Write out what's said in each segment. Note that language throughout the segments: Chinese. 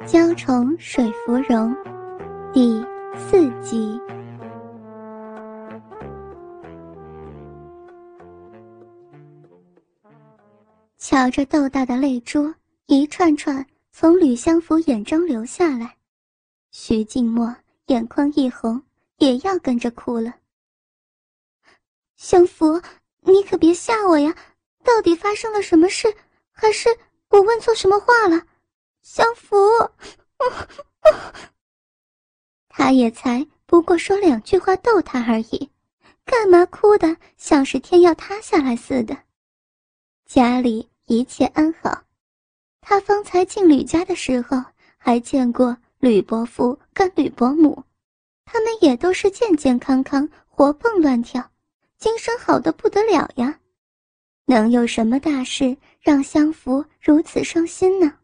娇宠水芙蓉第4集。瞧着豆大的泪珠一串串从吕相府眼中流下来，徐静默眼眶一红，也要跟着哭了。相府，你可别吓我呀，到底发生了什么事？还是我问错什么话了？相府，他也才不过说2句话逗他而已，干嘛哭得像是天要塌下来似的？家里一切安好，他方才进吕家的时候还见过吕伯父跟吕伯母，他们也都是健健康康，活蹦乱跳，精神好得不得了呀，能有什么大事让相府如此伤心呢？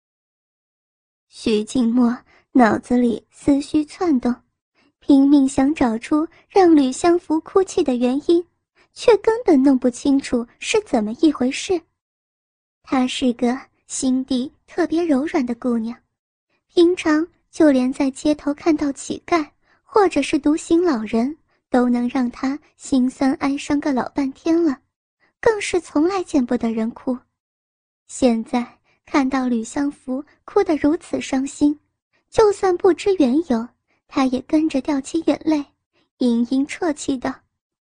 徐静默脑子里思绪窜动，拼命想找出让吕相府哭泣的原因，却根本弄不清楚是怎么一回事。她是个心地特别柔软的姑娘，平常就连在街头看到乞丐或者是独行老人，都能让她心酸哀伤个老半天了，更是从来见不得人哭。现在看到吕相府哭得如此伤心，就算不知缘由，她也跟着掉起眼泪，殷殷啜泣道：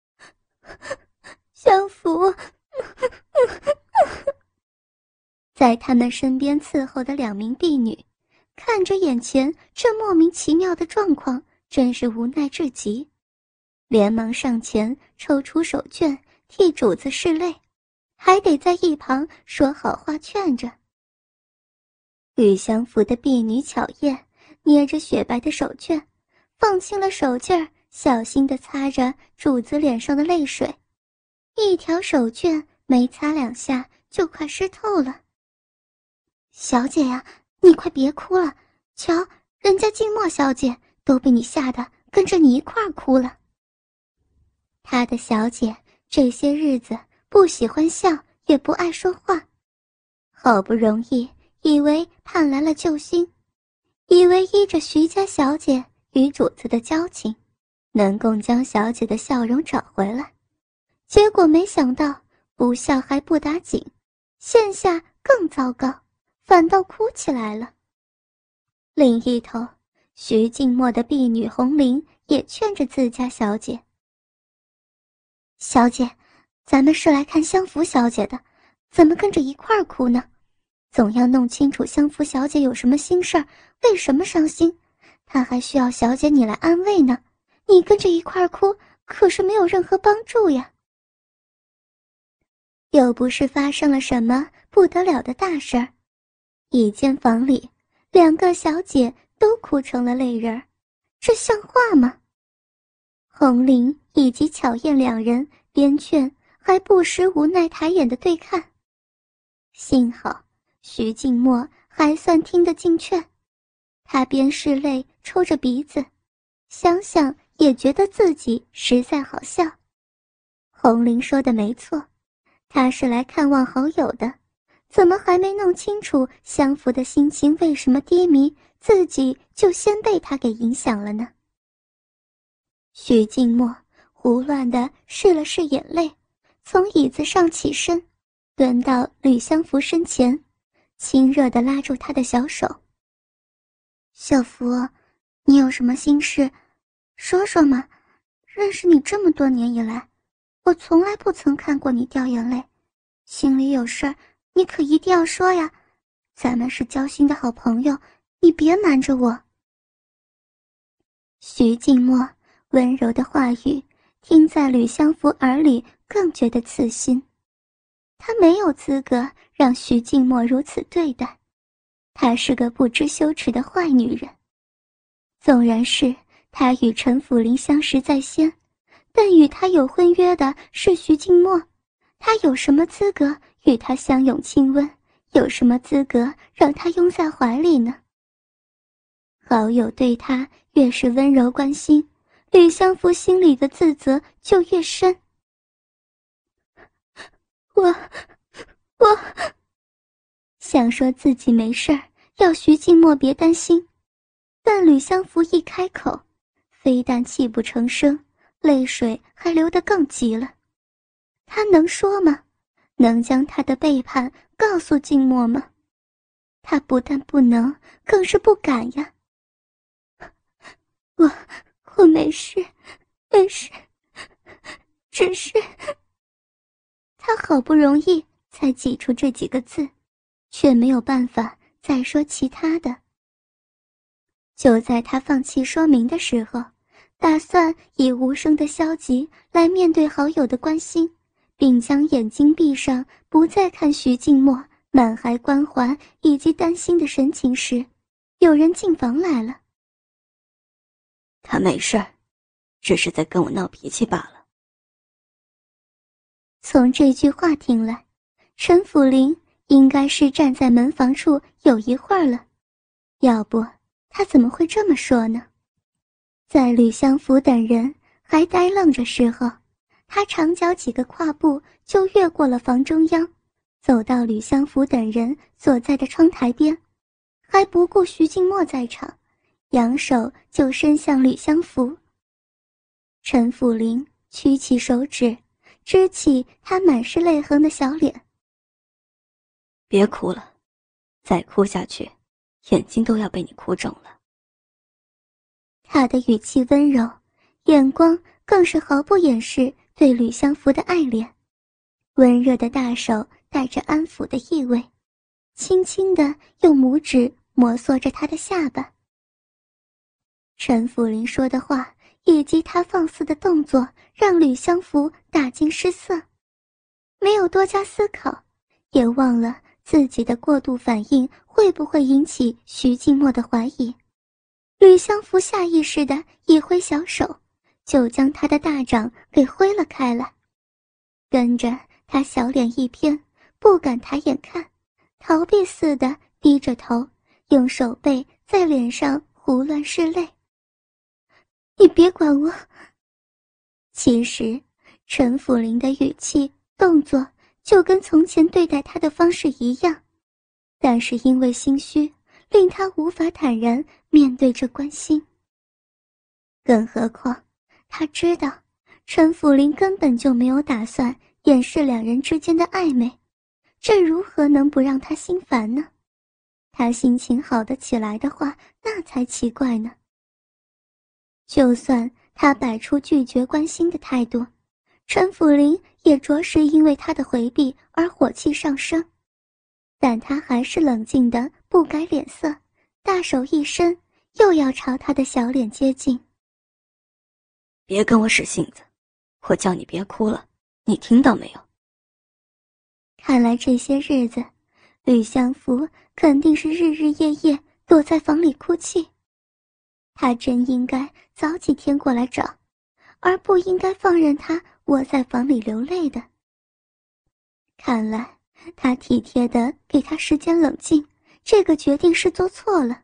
相府。在他们身边伺候的2名婢女看着眼前这莫名其妙的状况，真是无奈至极，连忙上前抽出手绢替主子拭泪，还得在一旁说好话劝着。吕相府的婢女巧燕捏着雪白的手绢，放轻了手劲儿，小心地擦着主子脸上的泪水，一条手绢没擦2下就快湿透了。小姐呀，你快别哭了，瞧，人家静默小姐都被你吓得跟着你一块儿哭了。她的小姐这些日子不喜欢笑，也不爱说话，好不容易以为盼来了救星，以为依着徐家小姐与主子的交情，能够将小姐的笑容找回来，结果没想到不笑还不打紧，现下更糟糕，反倒哭起来了。另一头，徐静默的婢女红菱也劝着自家小姐：小姐，咱们是来看相府小姐的，怎么跟着一块儿哭呢？总要弄清楚相府小姐有什么心事儿，为什么伤心，她还需要小姐你来安慰呢，你跟着一块儿哭可是没有任何帮助呀。又不是发生了什么不得了的大事儿，一间房里2个小姐都哭成了泪人儿，这像话吗？红菱以及巧燕2人边劝还不时无奈抬眼的对看，幸好徐静默还算听得进劝，他边拭泪抽着鼻子，想想也觉得自己实在好笑。红菱说的没错，他是来看望好友的，怎么还没弄清楚相府的心情为什么低迷，自己就先被他给影响了呢？徐静默胡乱地拭了拭眼泪，从椅子上起身，蹲到吕相府身前，亲热地拉住他的小手：小福，你有什么心事说说嘛，认识你这么多年以来，我从来不曾看过你掉眼泪，心里有事儿你可一定要说呀，咱们是交心的好朋友，你别瞒着我。徐静默温柔的话语听在吕相府耳里更觉得刺心，他没有资格让徐静默如此对待，她是个不知羞耻的坏女人。纵然是她与陈辅林相识在先，但与她有婚约的是徐静默，她有什么资格与他相拥亲吻，有什么资格让他拥在怀里呢？好友对他越是温柔关心，吕相府心里的自责就越深。我想说自己没事儿， 要徐静默别担心，但吕相福一开口，非但泣不成声，泪水还流得更急了。他能说吗？能将他的背叛告诉静默吗？他不但不能，更是不敢呀。我没事，没事，只是……他好不容易才挤出这几个字，却没有办法再说其他的。就在他放弃说明的时候，打算以无声的消极来面对好友的关心，并将眼睛闭上，不再看徐静默满怀关怀以及担心的神情时，有人进房来了。 他没事儿，只是在跟我闹脾气罢了。 从这句话听来，陈辅林应该是站在门房处有一会儿了，要不他怎么会这么说呢？在吕相福等人还呆愣着时候，他长脚几个跨步就越过了房中央，走到吕相福等人所在的窗台边，还不顾徐静默在场，扬手就伸向吕相福。陈辅林屈起手指，支起他满是泪痕的小脸。 别哭了，再哭下去，眼睛都要被你哭肿了。 他的语气温柔，眼光更是毫不掩饰对吕相福的爱恋，温热的大手带着安抚的意味，轻轻地用拇指摩挲着他的下巴。陈辅林说的话以及他放肆的动作让吕相福大惊失色，没有多加思考，也忘了自己的过度反应会不会引起徐静默的怀疑。吕相福下意识地一挥小手，就将他的大掌给挥了开来，跟着他小脸一偏，不敢抬眼看，逃避似的低着头，用手背在脸上胡乱拭泪。你别管我。其实陈辅林的语气动作就跟从前对待他的方式一样，但是因为心虚，令他无法坦然面对这关心。更何况他知道陈辅林根本就没有打算掩饰两人之间的暧昧，这如何能不让他心烦呢？他心情好得起来的话，那才奇怪呢。就算他摆出拒绝关心的态度，陈辅林也着实因为他的回避而火气上升，但他还是冷静地不改脸色，大手一伸，又要朝他的小脸接近。 别跟我使性子，我叫你别哭了，你听到没有？ 看来这些日子，吕相福肯定是日日夜夜躲在房里哭泣。他真应该早几天过来找，而不应该放任他窝在房里流泪的。看来他体贴地给他时间冷静，这个决定是做错了。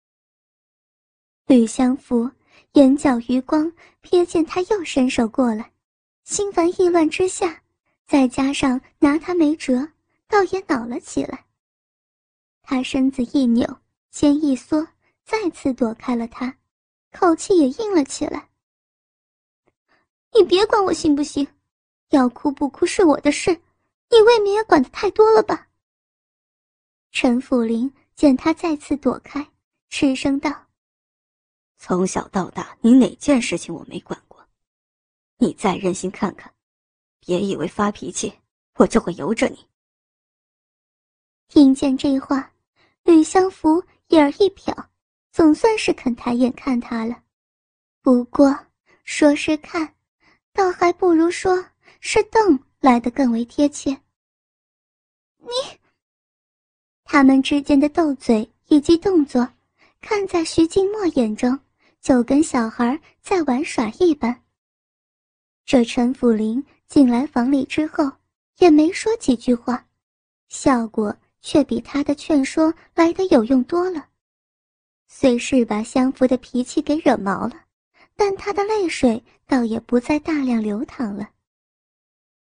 吕相福眼角余光瞥见他又伸手过来，心烦意乱之下，再加上拿他没辙，倒也恼了起来。他身子一扭，肩一缩，再次躲开了他，口气也硬了起来。你别管我行不行，要哭不哭是我的事，你未免也管得太多了吧。陈辅林见他再次躲开，失声道： 从小到大，你哪件事情我没管过？你再任性看看，别以为发脾气我就会由着你。 听见这话，吕相福眼儿一瞟，总算是肯抬眼看他了。不过说是看，倒还不如说是瞪来得更为贴切。你……他们之间的斗嘴以及动作，看在徐静默眼中，就跟小孩在玩耍一般。这陈辅林进来房里之后，也没说几句话，效果却比他的劝说来得有用多了。虽是把相福的脾气给惹毛了，但他的泪水倒也不再大量流淌了。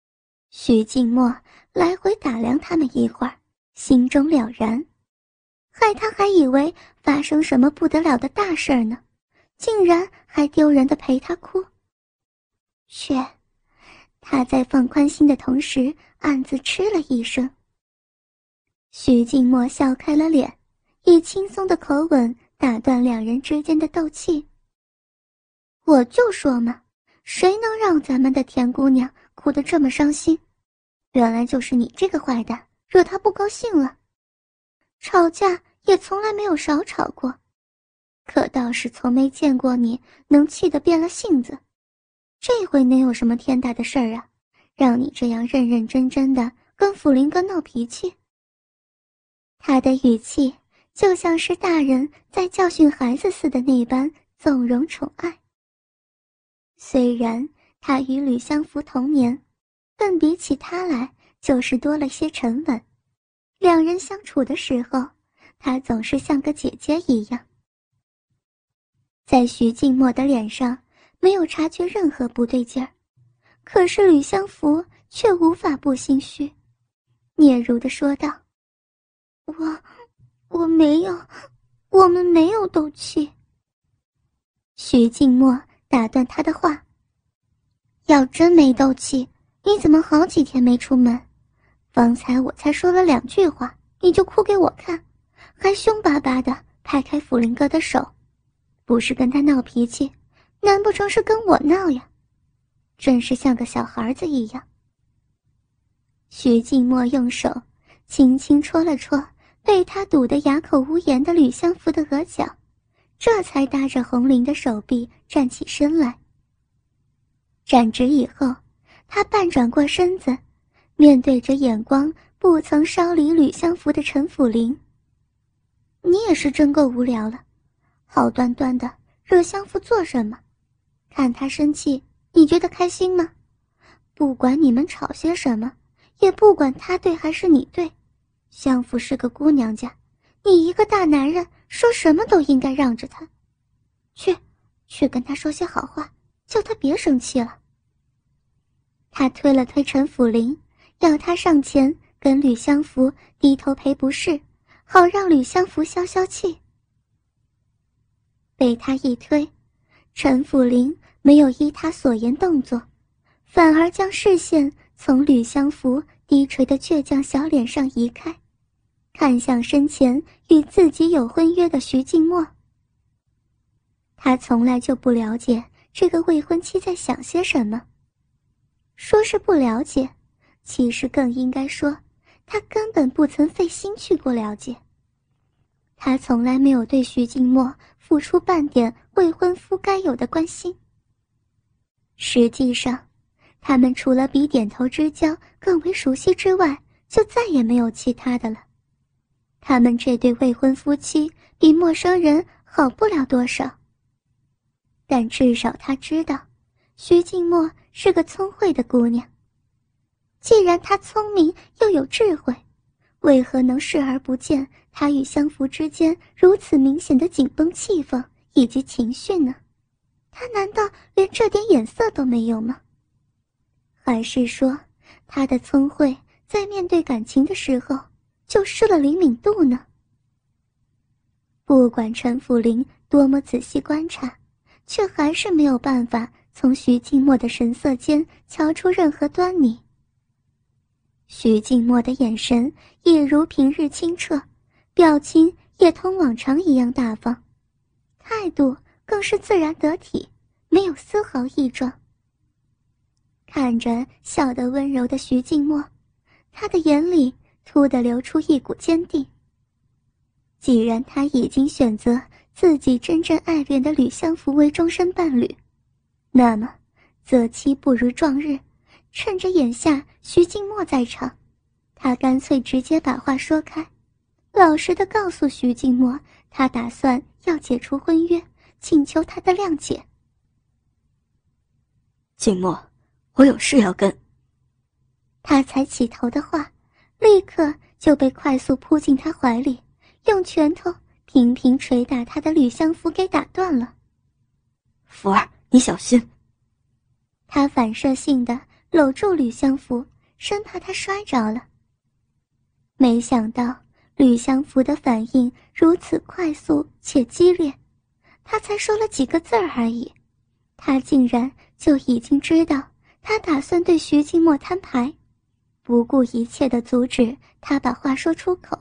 徐静默来回打量他们一会儿，心中了然， 害他还以为发生什么不得了的大事呢，竟然还丢人的陪他哭。他在放宽心的同时暗自嗤了一声。徐静默笑开了脸，以轻松的口吻打断两人之间的斗气。我就说嘛，谁能让咱们的田姑娘哭得这么伤心？原来就是你这个坏蛋，惹她不高兴了。吵架也从来没有少吵过，可倒是从没见过你能气得变了性子。这回能有什么天大的事儿啊，让你这样认认真真的跟福林哥闹脾气？他的语气就像是大人在教训孩子似的那般纵容宠爱。虽然他与吕相福同年，但比起他来就是多了些沉稳。两人相处的时候，他总是像个姐姐一样。在徐静默的脸上没有察觉任何不对劲儿，可是吕相福却无法不心虚，嗫嚅地说道：我没有，我们没有斗气。徐静默打断他的话：要真没斗气，你怎么好几天没出门？方才我才说了2句话，你就哭给我看，还凶巴巴的拍开福林哥的手，不是跟他闹脾气，难不成是跟我闹呀？真是像个小孩子一样。徐静默用手轻轻戳了戳被他堵得哑口无言的吕相福的额角，这才搭着红绫的手臂站起身来。站直以后，他半转过身子，面对着眼光不曾稍离吕相福的陈辅林：你也是真够无聊了，好端端的惹相福做什么？看他生气，你觉得开心吗？不管你们吵些什么，也不管他对还是你对，相福是个姑娘家，你一个大男人说什么都应该让着他。去跟他说些好话，叫他别生气了。他推了推陈辅林，要他上前跟吕相福低头赔不是，好让吕相福消消气。被他一推，陈辅林没有依他所言动作，反而将视线从吕相福低垂的倔强小脸上移开，看向身前与自己有婚约的徐静默。他从来就不了解这个未婚妻在想些什么，说是不了解，其实更应该说他根本不曾费心去过了解。他从来没有对徐静默付出半点未婚夫该有的关心。实际上，他们除了比点头之交更为熟悉之外，就再也没有其他的了。他们这对未婚夫妻比陌生人好不了多少，但至少他知道徐静默是个聪慧的姑娘。既然她聪明又有智慧，为何能视而不见她与相福之间如此明显的紧绷气氛以及情绪呢？她难道连这点眼色都没有吗？还是说她的聪慧在面对感情的时候就失了灵敏度呢？不管陈辅林多么仔细观察，却还是没有办法从徐静默的神色间瞧出任何端倪。徐静默的眼神也如平日清澈，表情也同往常一样大方，态度更是自然得体，没有丝毫异状。看着笑得温柔的徐静默，他的眼里突地流出一股坚定。既然他已经选择自己真正爱恋的吕相福为终身伴侣，那么择期不如撞日，趁着眼下徐静默在场，他干脆直接把话说开，老实地告诉徐静默他打算要解除婚约，请求他的谅解。 静默，我有事要跟。 他才起头的话，立刻就被快速扑进他怀里，用拳头频频捶打他的吕相福给打断了。 福儿，你小心。 他反射性地搂住吕相福，生怕他摔着了。没想到吕相福的反应如此快速且激烈，他才说了几个字儿而已，他竟然就已经知道他打算对徐静默摊牌，不顾一切地阻止他把话说出口。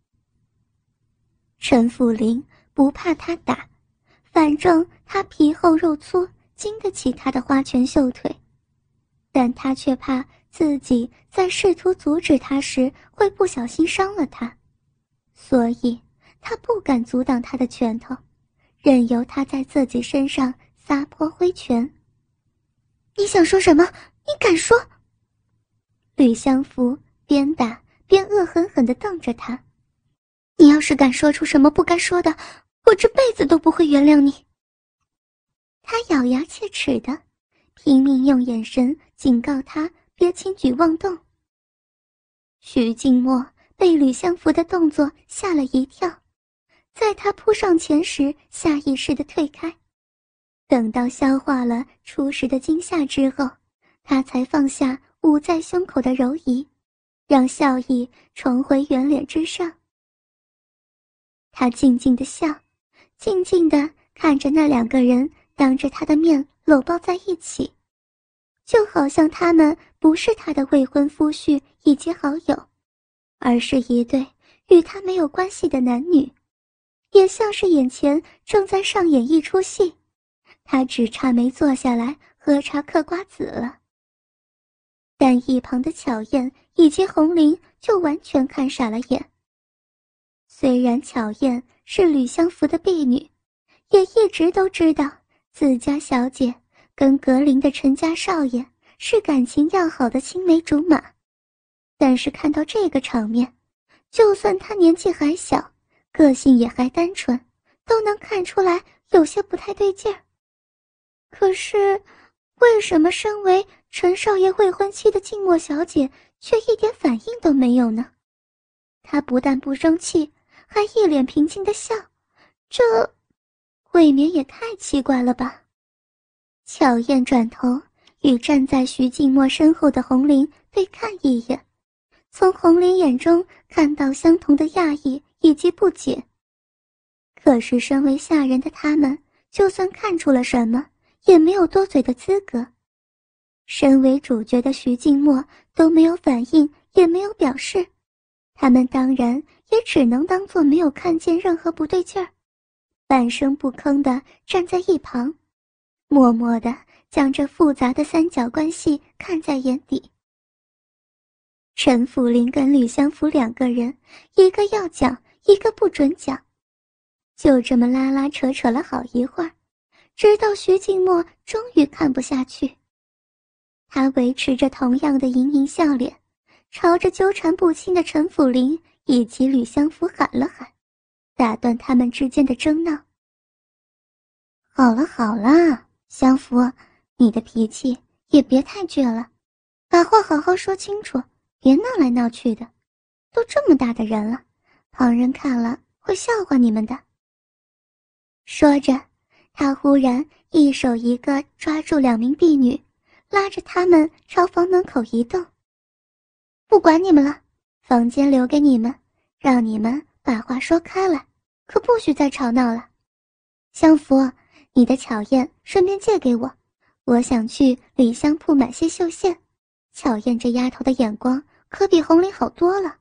陈辅林不怕他打，反正他皮厚肉粗，经得起他的花拳绣腿，但他却怕自己在试图阻止他时会不小心伤了他，所以他不敢阻挡他的拳头，任由他在自己身上撒泼挥拳。你想说什么？你敢说？吕相福边打边恶狠狠地瞪着他。你要是敢说出什么不该说的，我这辈子都不会原谅你。他咬牙切齿的拼命用眼神警告他别轻举妄动。徐静默被吕相福的动作吓了一跳，在他扑上前时下意识地退开，等到消化了初时的惊吓之后，他才放下捂在胸口的柔仪，让笑意重回圆脸之上。他静静地笑，静静地看着那两个人当着他的面搂抱在一起，就好像他们不是他的未婚夫婿以及好友，而是一对与他没有关系的男女，也像是眼前正在上演一出戏，他只差没坐下来喝茶嗑瓜子了。但一旁的巧燕以及红菱就完全看傻了眼。虽然巧燕是吕相福的婢女，也一直都知道自家小姐跟格林的陈家少爷是感情要好的青梅竹马，但是看到这个场面，就算她年纪还小，个性也还单纯，都能看出来有些不太对劲儿。可是为什么身为陈少爷未婚妻的静默小姐却一点反应都没有呢？她不但不生气，还一脸平静地笑，这未免也太奇怪了吧。巧燕转头与站在徐静默身后的红菱对看一眼，从红菱眼中看到相同的讶异以及不解。可是身为下人的他们，就算看出了什么，也没有多嘴的资格。身为主角的徐静默都没有反应，也没有表示，他们当然也只能当作没有看见任何不对劲儿，半声不吭地站在一旁，默默地将这复杂的三角关系看在眼底。陈辅林跟吕相福两个人，一个要讲，一个不准讲，就这么拉拉扯扯了好一会儿，直到徐静默终于看不下去。他维持着同样的盈盈笑脸，朝着纠缠不清的陈辅林以及吕相福喊了喊，打断他们之间的争闹。好了好了，相福，你的脾气也别太倔了，把话好好说清楚，别闹来闹去的，都这么大的人了，旁人看了会笑话你们的。说着，他忽然一手一个抓住两名婢女，拉着他们朝房门口移动。不管你们了，房间留给你们，让你们把话说开了，可不许再吵闹了。相福，你的巧燕顺便借给我，我想去李香铺买些绣线，巧燕这丫头的眼光可比红菱好多了。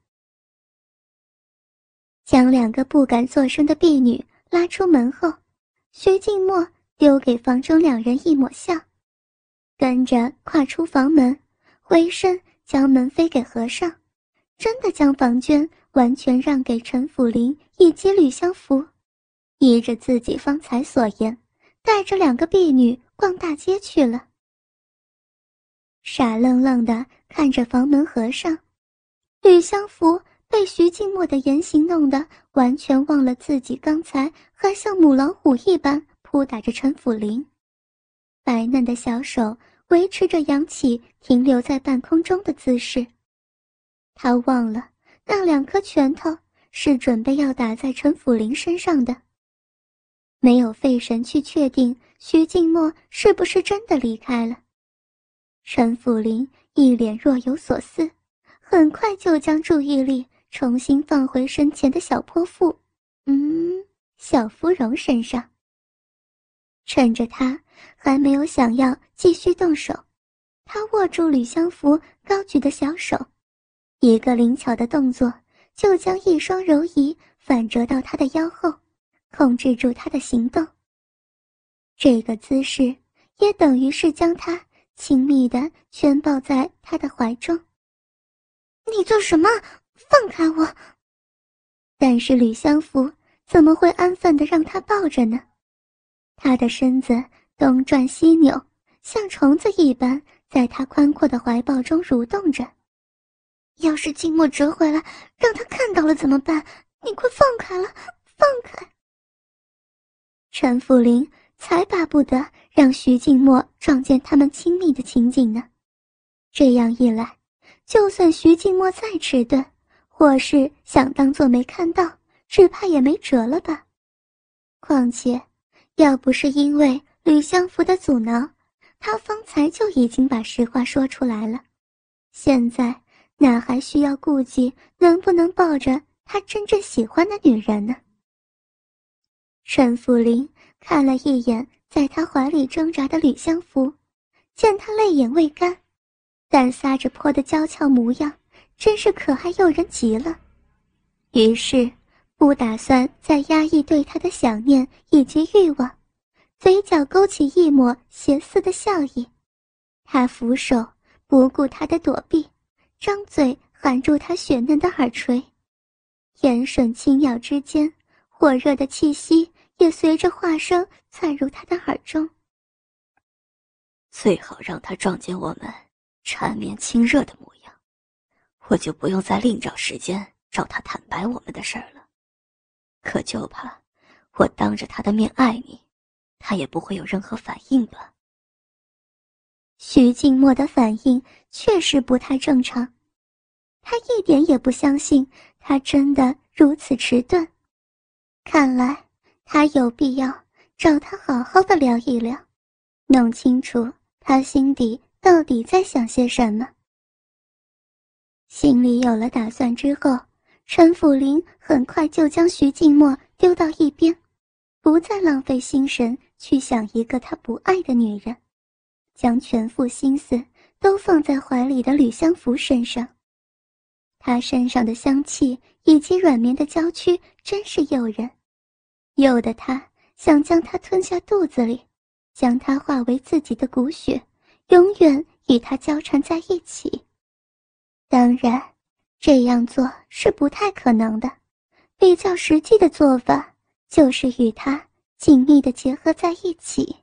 将两个不敢作声的婢女拉出门后，徐静默丢给房中两人一抹笑，跟着跨出房门，回身将门扉给合上，真的将房间完全让给陈辅林以及吕相福，依着自己方才所言，带着两个婢女逛大街去了。傻愣愣地看着房门合上，吕相福被徐静默的言行弄得完全忘了自己刚才还像母老虎一般扑打着陈辅林，白嫩的小手维持着扬起停留在半空中的姿势。他忘了那两颗拳头是准备要打在陈辅林身上的，没有费神去确定徐静默是不是真的离开了。陈辅林一脸若有所思，很快就将注意力重新放回身前的小泼妇，小芙蓉身上。趁着他还没有想要继续动手，他握住吕相福高举的小手，一个灵巧的动作就将一双柔仪反折到他的腰后，控制住他的行动。这个姿势也等于是将他亲密地圈抱在他的怀中。你做什么？放开我！但是吕相福怎么会安分地让他抱着呢？他的身子东转西扭，像虫子一般在他宽阔的怀抱中蠕动着。要是静默折回来，让他看到了怎么办？你快放开了，放开！陈福林才巴不得让徐静默撞见他们亲密的情景呢。这样一来，就算徐静默再迟钝，或是想当作没看到，只怕也没辙了吧。况且要不是因为吕相福的阻挠，他方才就已经把实话说出来了。现在哪还需要顾忌能不能抱着他真正喜欢的女人呢？陈福林看了一眼在他怀里挣扎的吕相福，见他泪眼未干，但撒着泼的娇俏模样真是可爱诱人极了。于是不打算再压抑对他的想念以及欲望，嘴角勾起一抹邪肆的笑意。他俯首不顾他的躲避，张嘴含住他雪嫩的耳垂，眼吮轻咬之间，火热的气息也随着话声窜入他的耳中。 最好让他撞见我们缠绵亲热的模样，我就不用再另找时间找他坦白我们的事儿了。可就怕我当着他的面爱你，他也不会有任何反应吧。 徐静默的反应确实不太正常，他一点也不相信他真的如此迟钝。看来他有必要找他好好的聊一聊，弄清楚他心底到底在想些什么。心里有了打算之后，陈辅林很快就将徐静默丢到一边，不再浪费心神去想一个他不爱的女人，将全副心思都放在怀里的吕相福身上。他身上的香气以及软绵的娇躯真是诱人，诱得他想将他吞下肚子里，将他化为自己的骨血，永远与他交缠在一起。当然，这样做是不太可能的，比较实际的做法就是与他紧密地结合在一起。